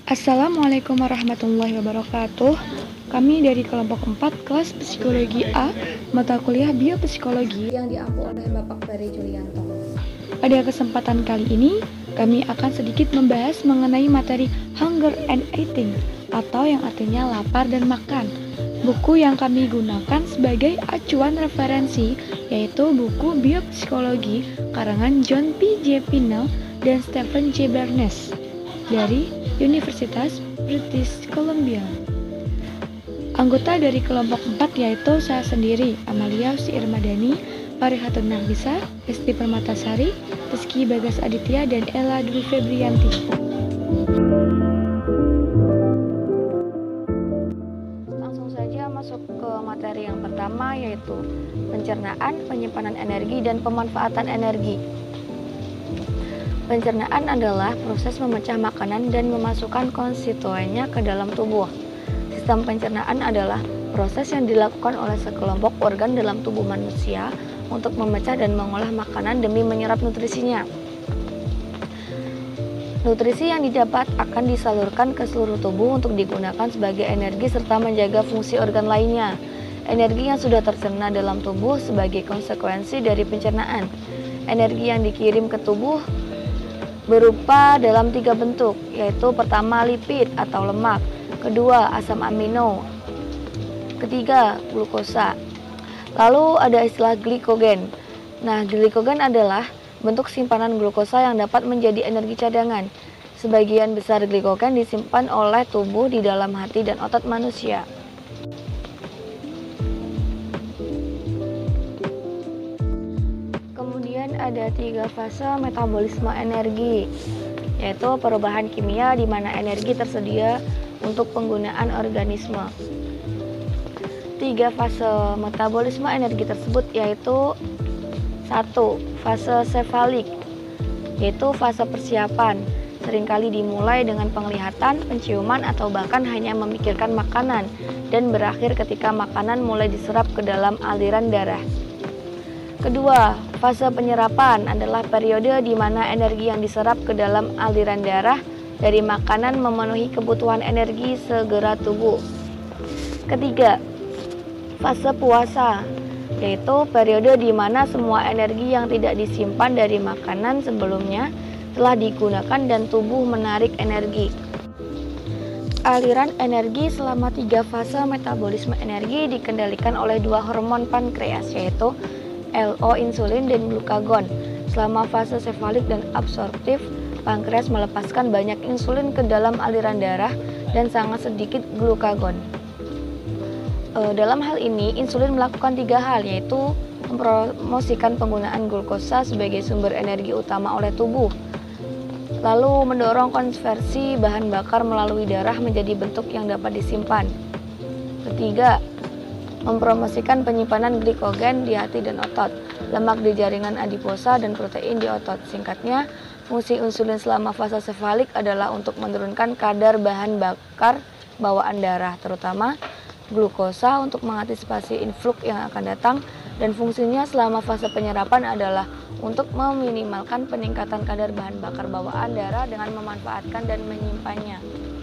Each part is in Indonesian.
Assalamualaikum warahmatullahi wabarakatuh. Kami dari kelompok 4 kelas Psikologi A, mata kuliah Biopsikologi yang diampu oleh Bapak Ferry Julianto. Pada kesempatan kali ini, kami akan sedikit membahas mengenai materi Hunger and Eating atau yang artinya lapar dan makan. Buku yang kami gunakan sebagai acuan referensi yaitu buku Biopsikologi karangan John P. J. Pinnell dan Stephen J. Barnes dari Universitas British Columbia. Anggota dari kelompok 4 yaitu saya sendiri, Amalia Usi Irmadani, Farihatun Nafisa, Hesti Permatasari, Rizky Bagas Aditya, dan Ella Dwi Febrianti. Langsung saja masuk ke materi yang pertama yaitu pencernaan, penyimpanan energi, dan pemanfaatan energi. Pencernaan adalah proses memecah makanan dan memasukkan konstituennya ke dalam tubuh. Sistem pencernaan adalah proses yang dilakukan oleh sekelompok organ dalam tubuh manusia untuk memecah dan mengolah makanan demi menyerap nutrisinya. Nutrisi yang didapat akan disalurkan ke seluruh tubuh untuk digunakan sebagai energi serta menjaga fungsi organ lainnya. Energi yang sudah tercerna dalam tubuh sebagai konsekuensi dari pencernaan. Energi yang dikirim ke tubuh berupa dalam 3 bentuk, yaitu pertama lipid atau lemak, kedua asam amino, ketiga glukosa. Lalu ada istilah glikogen. Nah, glikogen adalah bentuk simpanan glukosa yang dapat menjadi energi cadangan. Sebagian besar glikogen disimpan oleh tubuh di dalam hati dan otot manusia. Ada 3 fase metabolisme energi, yaitu perubahan kimia di mana energi tersedia untuk penggunaan organisme. 3 fase metabolisme energi tersebut yaitu 1. Fase sefalik, yaitu fase persiapan, seringkali dimulai dengan penglihatan, penciuman, atau bahkan hanya memikirkan makanan dan berakhir ketika makanan mulai diserap ke dalam aliran darah. Kedua, fase penyerapan adalah periode di mana energi yang diserap ke dalam aliran darah dari makanan memenuhi kebutuhan energi segera tubuh. Ketiga, fase puasa, yaitu periode di mana semua energi yang tidak disimpan dari makanan sebelumnya telah digunakan dan tubuh menarik energi. Aliran energi selama 3 fase metabolisme energi dikendalikan oleh 2 hormon pankreas, yaitu LO insulin dan glukagon. Selama fase sefalik dan absorptif, pankreas melepaskan banyak insulin ke dalam aliran darah dan sangat sedikit glukagon. Dalam hal ini, insulin melakukan 3 hal, yaitu mempromosikan penggunaan glukosa sebagai sumber energi utama oleh tubuh, lalu mendorong konversi bahan bakar melalui darah menjadi bentuk yang dapat disimpan. Ketiga, mempromosikan penyimpanan glikogen di hati dan otot, lemak di jaringan adiposa, dan protein di otot. Singkatnya, fungsi insulin selama fase sefalik adalah untuk menurunkan kadar bahan bakar bawaan darah, terutama glukosa untuk mengantisipasi influx yang akan datang, dan fungsinya selama fase penyerapan adalah untuk meminimalkan peningkatan kadar bahan bakar bawaan darah dengan memanfaatkan dan menyimpannya.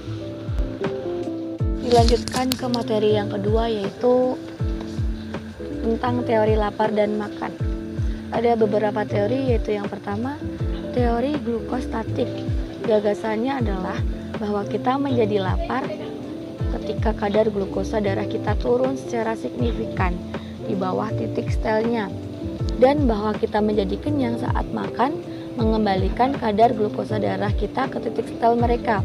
Dilanjutkan ke materi yang kedua yaitu tentang teori lapar dan makan. Ada beberapa teori, yaitu yang pertama, teori glukostatik. Gagasannya adalah bahwa kita menjadi lapar ketika kadar glukosa darah kita turun secara signifikan di bawah titik stelnya, dan bahwa kita menjadi kenyang saat makan mengembalikan kadar glukosa darah kita ke titik stel mereka.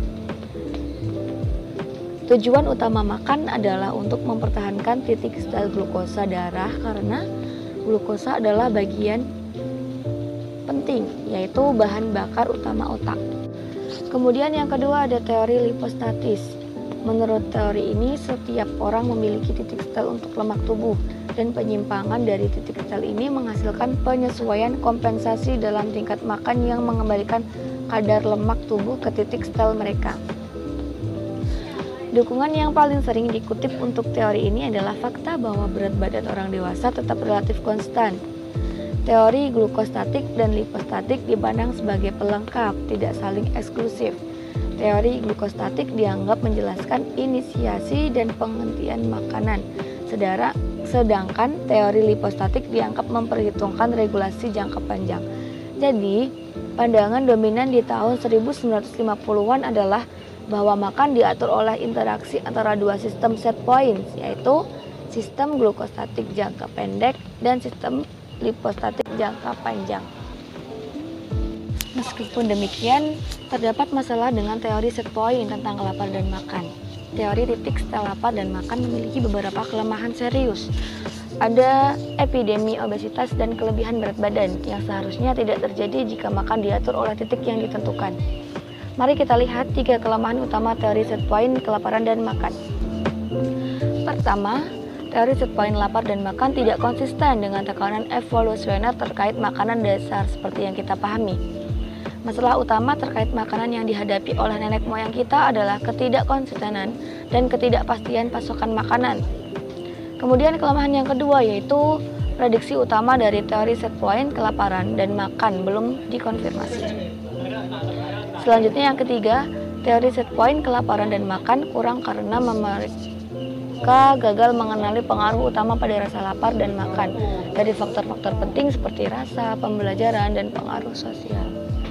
Tujuan utama makan adalah untuk mempertahankan titik stel glukosa darah karena glukosa adalah bagian penting, yaitu bahan bakar utama otak. Kemudian yang kedua ada teori lipostatis. Menurut teori ini, setiap orang memiliki titik stel untuk lemak tubuh, dan penyimpangan dari titik stel ini menghasilkan penyesuaian kompensasi dalam tingkat makan yang mengembalikan kadar lemak tubuh ke titik stel mereka. Dukungan yang paling sering dikutip untuk teori ini adalah fakta bahwa berat badan orang dewasa tetap relatif konstan. Teori glukostatik dan lipostatik dipandang sebagai pelengkap, tidak saling eksklusif. Teori glukostatik dianggap menjelaskan inisiasi dan penghentian makanan, sedangkan teori lipostatik dianggap memperhitungkan regulasi jangka panjang. Jadi, pandangan dominan di tahun 1950-an adalah bahwa makan diatur oleh interaksi antara dua sistem set points, yaitu sistem glukostatik jangka pendek dan sistem lipostatik jangka panjang. Meskipun demikian, terdapat masalah dengan teori set point tentang lapar dan makan. Teori titik setelah lapar dan makan memiliki beberapa kelemahan serius. Ada epidemi obesitas dan kelebihan berat badan yang seharusnya tidak terjadi jika makan diatur oleh titik yang ditentukan. Mari kita lihat 3 kelemahan utama teori set point kelaparan dan makan. Pertama, teori set point lapar dan makan tidak konsisten dengan tekanan evolusioner terkait makanan dasar seperti yang kita pahami. Masalah utama terkait makanan yang dihadapi oleh nenek moyang kita adalah ketidakkonsistenan dan ketidakpastian pasokan makanan. Kemudian kelemahan yang kedua yaitu prediksi utama dari teori set point kelaparan dan makan belum dikonfirmasi. Selanjutnya yang ketiga, teori set point kelaparan dan makan kurang karena mereka gagal mengenali pengaruh utama pada rasa lapar dan makan dari faktor-faktor penting seperti rasa, pembelajaran, dan pengaruh sosial.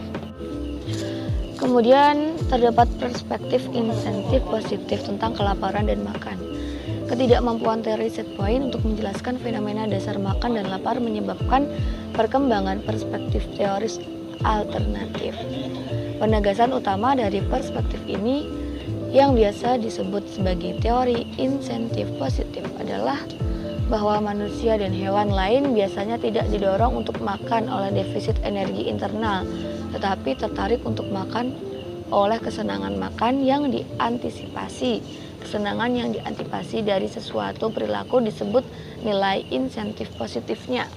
Kemudian terdapat perspektif insentif positif tentang kelaparan dan makan. Ketidakmampuan teori set point untuk menjelaskan fenomena dasar makan dan lapar menyebabkan perkembangan perspektif teoris alternatif. Penegasan utama dari perspektif ini yang biasa disebut sebagai teori insentif positif adalah bahwa manusia dan hewan lain biasanya tidak didorong untuk makan oleh defisit energi internal, tetapi tertarik untuk makan oleh kesenangan makan yang diantisipasi. Kesenangan yang diantisipasi dari sesuatu perilaku disebut nilai insentif positifnya.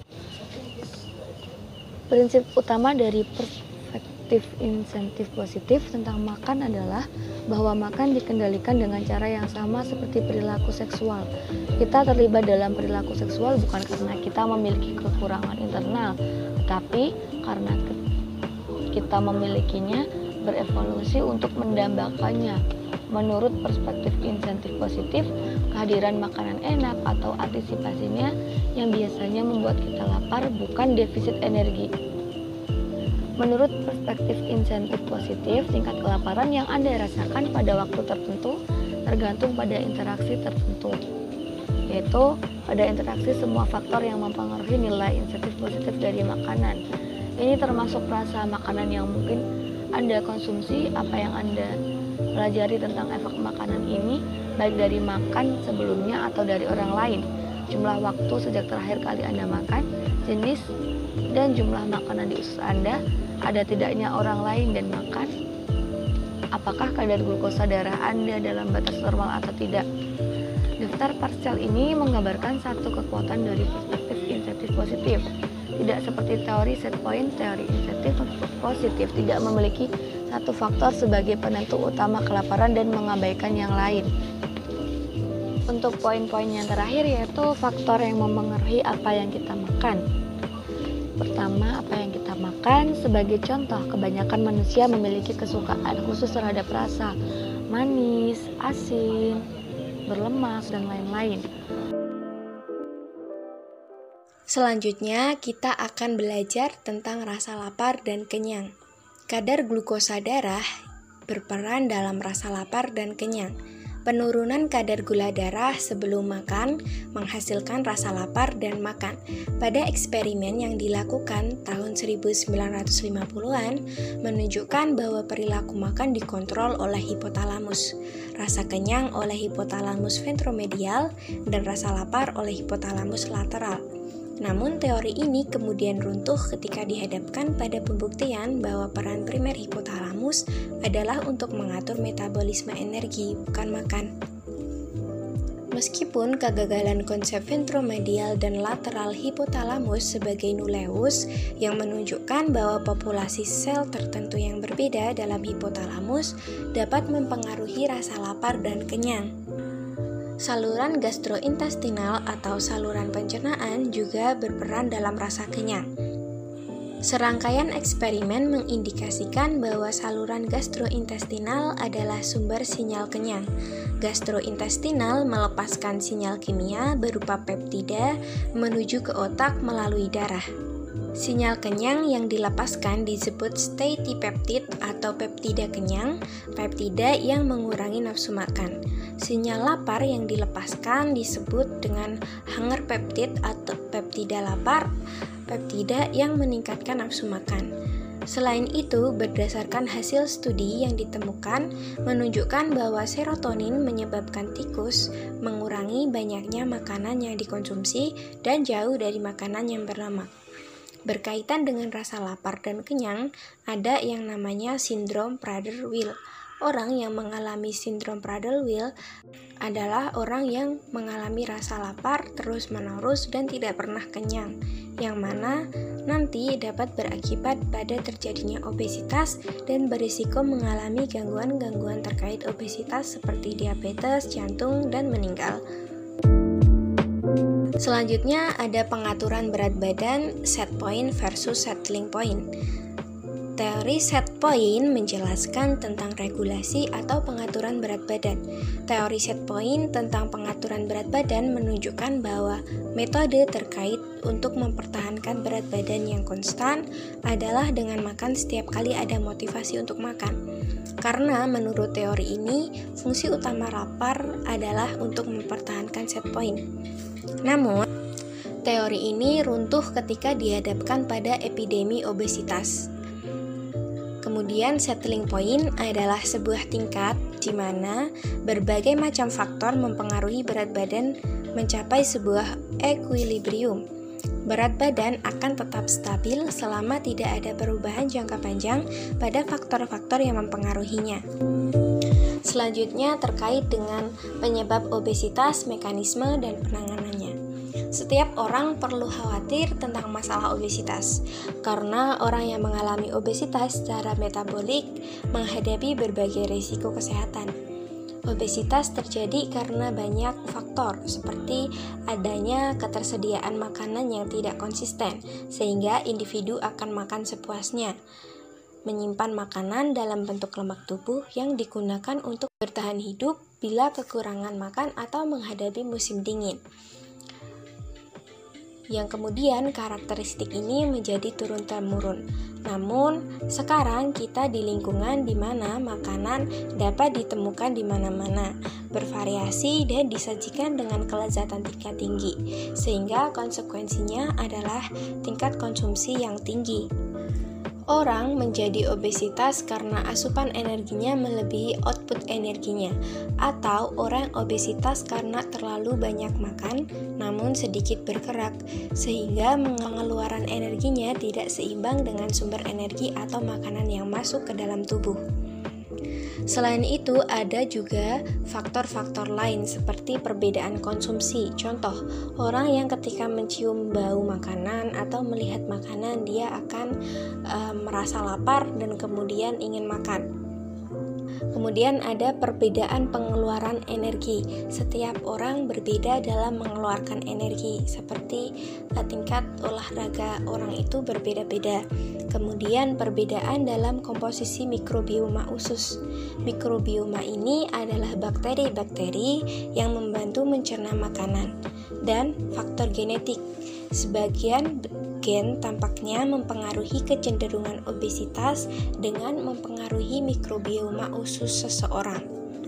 Prinsip utama dari perspektif insentif positif tentang makan adalah bahwa makan dikendalikan dengan cara yang sama seperti perilaku seksual. Kita terlibat dalam perilaku seksual bukan karena kita memiliki kekurangan internal, tetapi karena kita memilikinya, berevolusi untuk mendambakannya. Menurut perspektif insentif positif, kehadiran makanan enak atau antisipasinya yang biasanya membuat kita lapar bukan defisit energi. Menurut perspektif insentif positif, tingkat kelaparan yang Anda rasakan pada waktu tertentu tergantung pada interaksi tertentu, yaitu pada interaksi semua faktor yang mempengaruhi nilai insentif positif dari makanan. Ini termasuk rasa makanan yang mungkin Anda konsumsi, apa yang Anda pelajari tentang efek makanan ini, baik dari makan sebelumnya atau dari orang lain, jumlah waktu sejak terakhir kali Anda makan, jenis dan jumlah makanan di usus Anda, ada tidaknya orang lain dan makan, apakah kadar glukosa darah Anda dalam batas normal atau tidak. Daftar parsial ini menggambarkan satu kekuatan dari perspektif insentif positif. Tidak seperti teori set point, teori insentif positif tidak memiliki satu faktor sebagai penentu utama kelaparan dan mengabaikan yang lain. Untuk poin-poin yang terakhir yaitu faktor yang memengaruhi apa yang kita makan. Pertama, apa yang kita makan. Sebagai contoh, kebanyakan manusia memiliki kesukaan khusus terhadap rasa, manis, asin, berlemak, dan lain-lain. Selanjutnya, kita akan belajar tentang rasa lapar dan kenyang. Kadar glukosa darah berperan dalam rasa lapar dan kenyang. Penurunan kadar gula darah sebelum makan menghasilkan rasa lapar dan makan. Pada eksperimen yang dilakukan tahun 1950-an menunjukkan bahwa perilaku makan dikontrol oleh hipotalamus, rasa kenyang oleh hipotalamus ventromedial, dan rasa lapar oleh hipotalamus lateral. Namun teori ini kemudian runtuh ketika dihadapkan pada pembuktian bahwa peran primer hipotalamus adalah untuk mengatur metabolisme energi, bukan makan. Meskipun kegagalan konsep ventromedial dan lateral hipotalamus sebagai nucleus yang menunjukkan bahwa populasi sel tertentu yang berbeda dalam hipotalamus dapat mempengaruhi rasa lapar dan kenyang. Saluran gastrointestinal atau saluran pencernaan juga berperan dalam rasa kenyang. Serangkaian eksperimen mengindikasikan bahwa saluran gastrointestinal adalah sumber sinyal kenyang. Gastrointestinal melepaskan sinyal kimia berupa peptida menuju ke otak melalui darah. Sinyal kenyang yang dilepaskan disebut satiety peptide atau peptida kenyang, peptida yang mengurangi nafsu makan. Sinyal lapar yang dilepaskan disebut dengan hunger peptide atau peptida lapar, peptida yang meningkatkan nafsu makan. Selain itu, berdasarkan hasil studi yang ditemukan menunjukkan bahwa serotonin menyebabkan tikus mengurangi banyaknya makanan yang dikonsumsi dan jauh dari makanan yang berlemak. Berkaitan dengan rasa lapar dan kenyang, ada yang namanya sindrom Prader-Willi. Orang yang mengalami sindrom Prader-Willi adalah orang yang mengalami rasa lapar terus-menerus dan tidak pernah kenyang, yang mana nanti dapat berakibat pada terjadinya obesitas dan berisiko mengalami gangguan-gangguan terkait obesitas seperti diabetes, jantung, dan meninggal. Selanjutnya ada pengaturan berat badan, set point versus settling point. Teori set point menjelaskan tentang regulasi atau pengaturan berat badan. Teori set point tentang pengaturan berat badan menunjukkan bahwa metode terkait untuk mempertahankan berat badan yang konstan adalah dengan makan setiap kali ada motivasi untuk makan. Karena menurut teori ini, fungsi utama lapar adalah untuk mempertahankan set point. Namun, teori ini runtuh ketika dihadapkan pada epidemi obesitas. Kemudian settling point adalah sebuah tingkat di mana berbagai macam faktor mempengaruhi berat badan mencapai sebuah equilibrium. Berat badan akan tetap stabil selama tidak ada perubahan jangka panjang pada faktor-faktor yang mempengaruhinya. Selanjutnya terkait dengan penyebab obesitas, mekanisme, dan penanganannya. Setiap orang perlu khawatir tentang masalah obesitas, karena orang yang mengalami obesitas secara metabolik menghadapi berbagai risiko kesehatan. Obesitas terjadi karena banyak faktor, seperti adanya ketersediaan makanan yang tidak konsisten, sehingga individu akan makan sepuasnya, menyimpan makanan dalam bentuk lemak tubuh yang digunakan untuk bertahan hidup bila kekurangan makan atau menghadapi musim dingin. Yang kemudian karakteristik ini menjadi turun-temurun. Namun, sekarang kita di lingkungan di mana makanan dapat ditemukan di mana-mana, bervariasi dan disajikan dengan kelezatan tingkat tinggi, sehingga konsekuensinya adalah tingkat konsumsi yang tinggi. Orang menjadi obesitas karena asupan energinya melebihi output energinya, atau orang obesitas karena terlalu banyak makan namun sedikit bergerak, sehingga pengeluaran energinya tidak seimbang dengan sumber energi atau makanan yang masuk ke dalam tubuh. Selain itu, ada juga faktor-faktor lain seperti perbedaan konsumsi. Contoh, orang yang ketika mencium bau makanan atau melihat makanan, dia akan merasa lapar dan kemudian ingin makan. Kemudian ada perbedaan pengeluaran energi. Setiap orang berbeda dalam mengeluarkan energi, seperti tingkat olahraga orang itu berbeda-beda. Kemudian perbedaan dalam komposisi mikrobioma usus. Mikrobioma ini adalah bakteri-bakteri yang membantu mencerna makanan. Dan faktor genetik. Sebagian gen tampaknya mempengaruhi kecenderungan obesitas dengan mempengaruhi mikrobioma usus seseorang.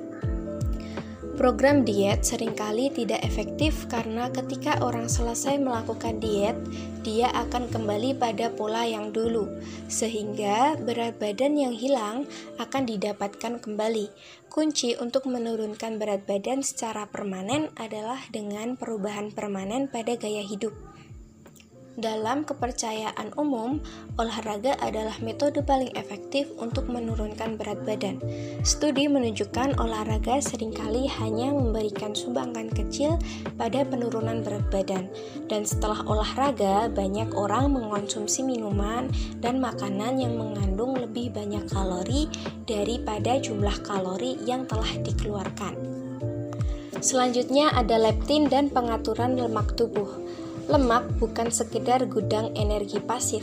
Program diet seringkali tidak efektif karena ketika orang selesai melakukan diet, dia akan kembali pada pola yang dulu, sehingga berat badan yang hilang akan didapatkan kembali. Kunci untuk menurunkan berat badan secara permanen adalah dengan perubahan permanen pada gaya hidup. Dalam kepercayaan umum, olahraga adalah metode paling efektif untuk menurunkan berat badan. Studi menunjukkan olahraga seringkali hanya memberikan sumbangan kecil pada penurunan berat badan. Dan setelah olahraga, banyak orang mengonsumsi minuman dan makanan yang mengandung lebih banyak kalori daripada jumlah kalori yang telah dikeluarkan. Selanjutnya ada leptin dan pengaturan lemak tubuh. Lemak bukan sekedar gudang energi pasif.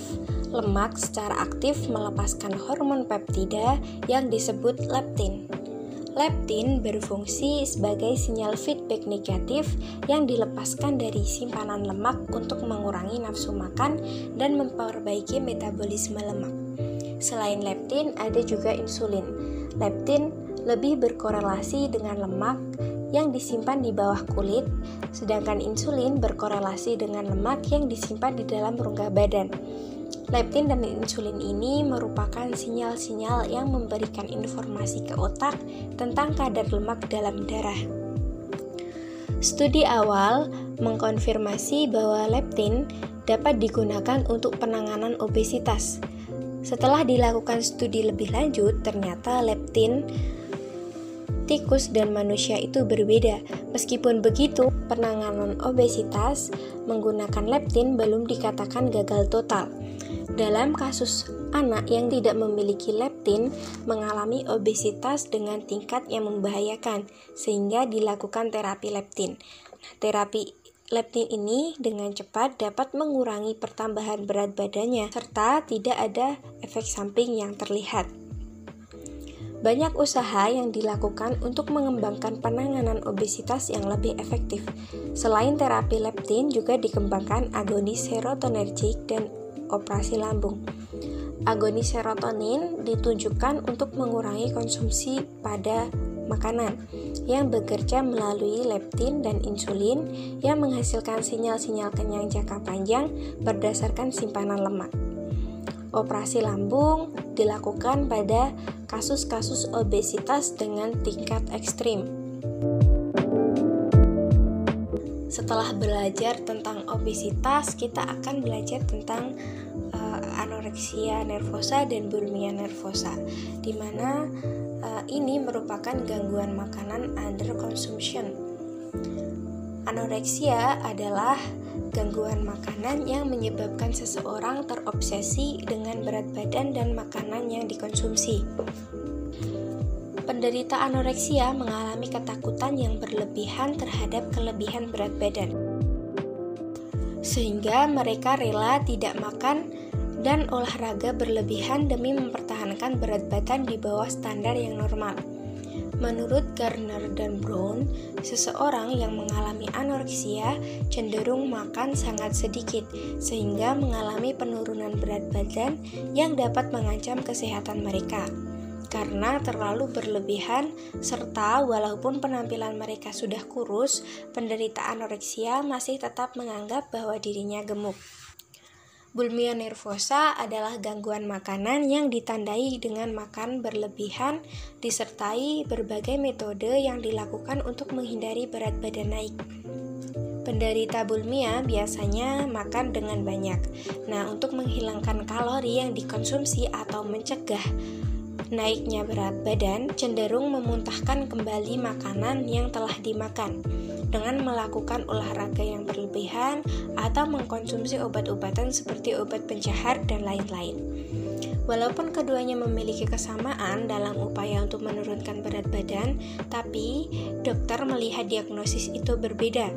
lemak secara aktif melepaskan hormon peptida yang disebut leptin. Leptin berfungsi sebagai sinyal feedback negatif yang dilepaskan dari simpanan lemak untuk mengurangi nafsu makan dan memperbaiki metabolisme lemak. Selain leptin, ada juga insulin. Leptin lebih berkorelasi dengan lemak yang disimpan di bawah kulit, sedangkan insulin berkorelasi dengan lemak yang disimpan di dalam rongga badan. Leptin dan insulin ini merupakan sinyal-sinyal yang memberikan informasi ke otak tentang kadar lemak dalam darah. Studi awal mengkonfirmasi bahwa leptin dapat digunakan untuk penanganan obesitas. Setelah dilakukan studi lebih lanjut, ternyata leptin tikus dan manusia itu berbeda. Meskipun begitu, penanganan obesitas menggunakan leptin belum dikatakan gagal total. Dalam kasus anak yang tidak memiliki leptin mengalami obesitas dengan tingkat yang membahayakan, sehingga dilakukan terapi leptin. Terapi leptin ini dengan cepat dapat mengurangi pertambahan berat badannya, serta tidak ada efek samping yang terlihat. Banyak usaha yang dilakukan untuk mengembangkan penanganan obesitas yang lebih efektif. Selain terapi leptin, juga dikembangkan agonis serotonergik dan operasi lambung. Agonis serotonin ditujukan untuk mengurangi konsumsi pada makanan yang bekerja melalui leptin dan insulin yang menghasilkan sinyal-sinyal kenyang jangka panjang berdasarkan simpanan lemak. Operasi lambung dilakukan pada kasus-kasus obesitas dengan tingkat ekstrim. Setelah belajar tentang obesitas, kita akan belajar tentang anoreksia nervosa dan bulimia nervosa, di mana ini merupakan gangguan makanan under consumption. Anoreksia adalah gangguan makanan yang menyebabkan seseorang terobsesi dengan berat badan dan makanan yang dikonsumsi. Penderita anoreksia mengalami ketakutan yang berlebihan terhadap kelebihan berat badan, sehingga mereka rela tidak makan dan olahraga berlebihan demi mempertahankan berat badan di bawah standar yang normal. Menurut Gardner dan Brown, seseorang yang mengalami anoreksia cenderung makan sangat sedikit, sehingga mengalami penurunan berat badan yang dapat mengancam kesehatan mereka. Karena terlalu berlebihan, serta walaupun penampilan mereka sudah kurus, penderita anoreksia masih tetap menganggap bahwa dirinya gemuk. Bulimia nervosa adalah gangguan makanan yang ditandai dengan makan berlebihan, disertai berbagai metode yang dilakukan untuk menghindari berat badan naik. Penderita bulimia biasanya makan dengan banyak. Nah, untuk menghilangkan kalori yang dikonsumsi atau mencegah naiknya berat badan, cenderung memuntahkan kembali makanan yang telah dimakan dengan melakukan olahraga yang berlebihan atau mengkonsumsi obat-obatan seperti obat pencahar dan lain-lain. Walaupun keduanya memiliki kesamaan dalam upaya untuk menurunkan berat badan, tapi dokter melihat diagnosis itu berbeda.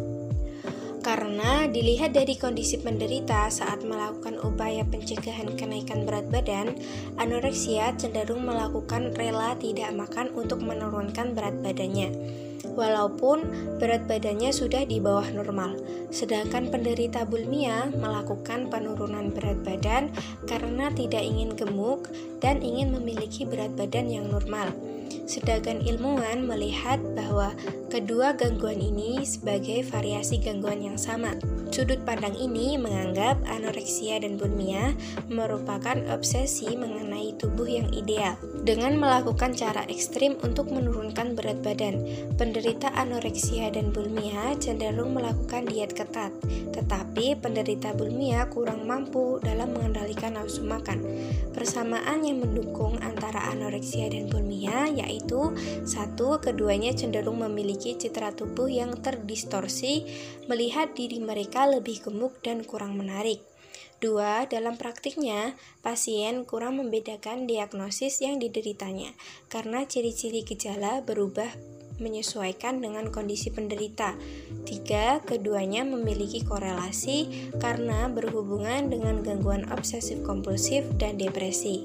Karena dilihat dari kondisi penderita saat melakukan upaya pencegahan kenaikan berat badan, anoreksia cenderung melakukan rela tidak makan untuk menurunkan berat badannya, walaupun berat badannya sudah di bawah normal. Sedangkan penderita bulimia melakukan penurunan berat badan karena tidak ingin gemuk dan ingin memiliki berat badan yang normal. Sedangkan ilmuwan melihat bahwa kedua gangguan ini sebagai variasi gangguan yang sama. Sudut pandang ini menganggap anoreksia dan bulimia merupakan obsesi mengenai tubuh yang ideal. Dengan melakukan cara ekstrim untuk menurunkan berat badan, penderita anoreksia dan bulimia cenderung melakukan diet ketat, tetapi penderita bulimia kurang mampu dalam mengendalikan nafsu makan. Persamaan yang mendukung antara anoreksia dan bulimia yaitu 1. Keduanya cenderung memiliki citra tubuh yang terdistorsi, melihat diri mereka lebih gemuk dan kurang menarik. 2. Dalam praktiknya, pasien kurang membedakan diagnosis yang dideritanya karena ciri-ciri gejala berubah menyesuaikan dengan kondisi penderita. 3. Keduanya memiliki korelasi karena berhubungan dengan gangguan obsesif kompulsif dan depresi.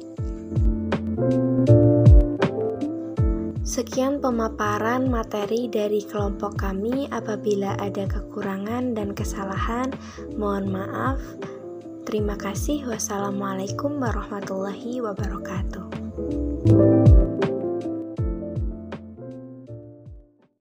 Sekian pemaparan materi dari kelompok kami. Apabila ada kekurangan dan kesalahan, mohon maaf. Terima kasih. Wassalamualaikum warahmatullahi wabarakatuh.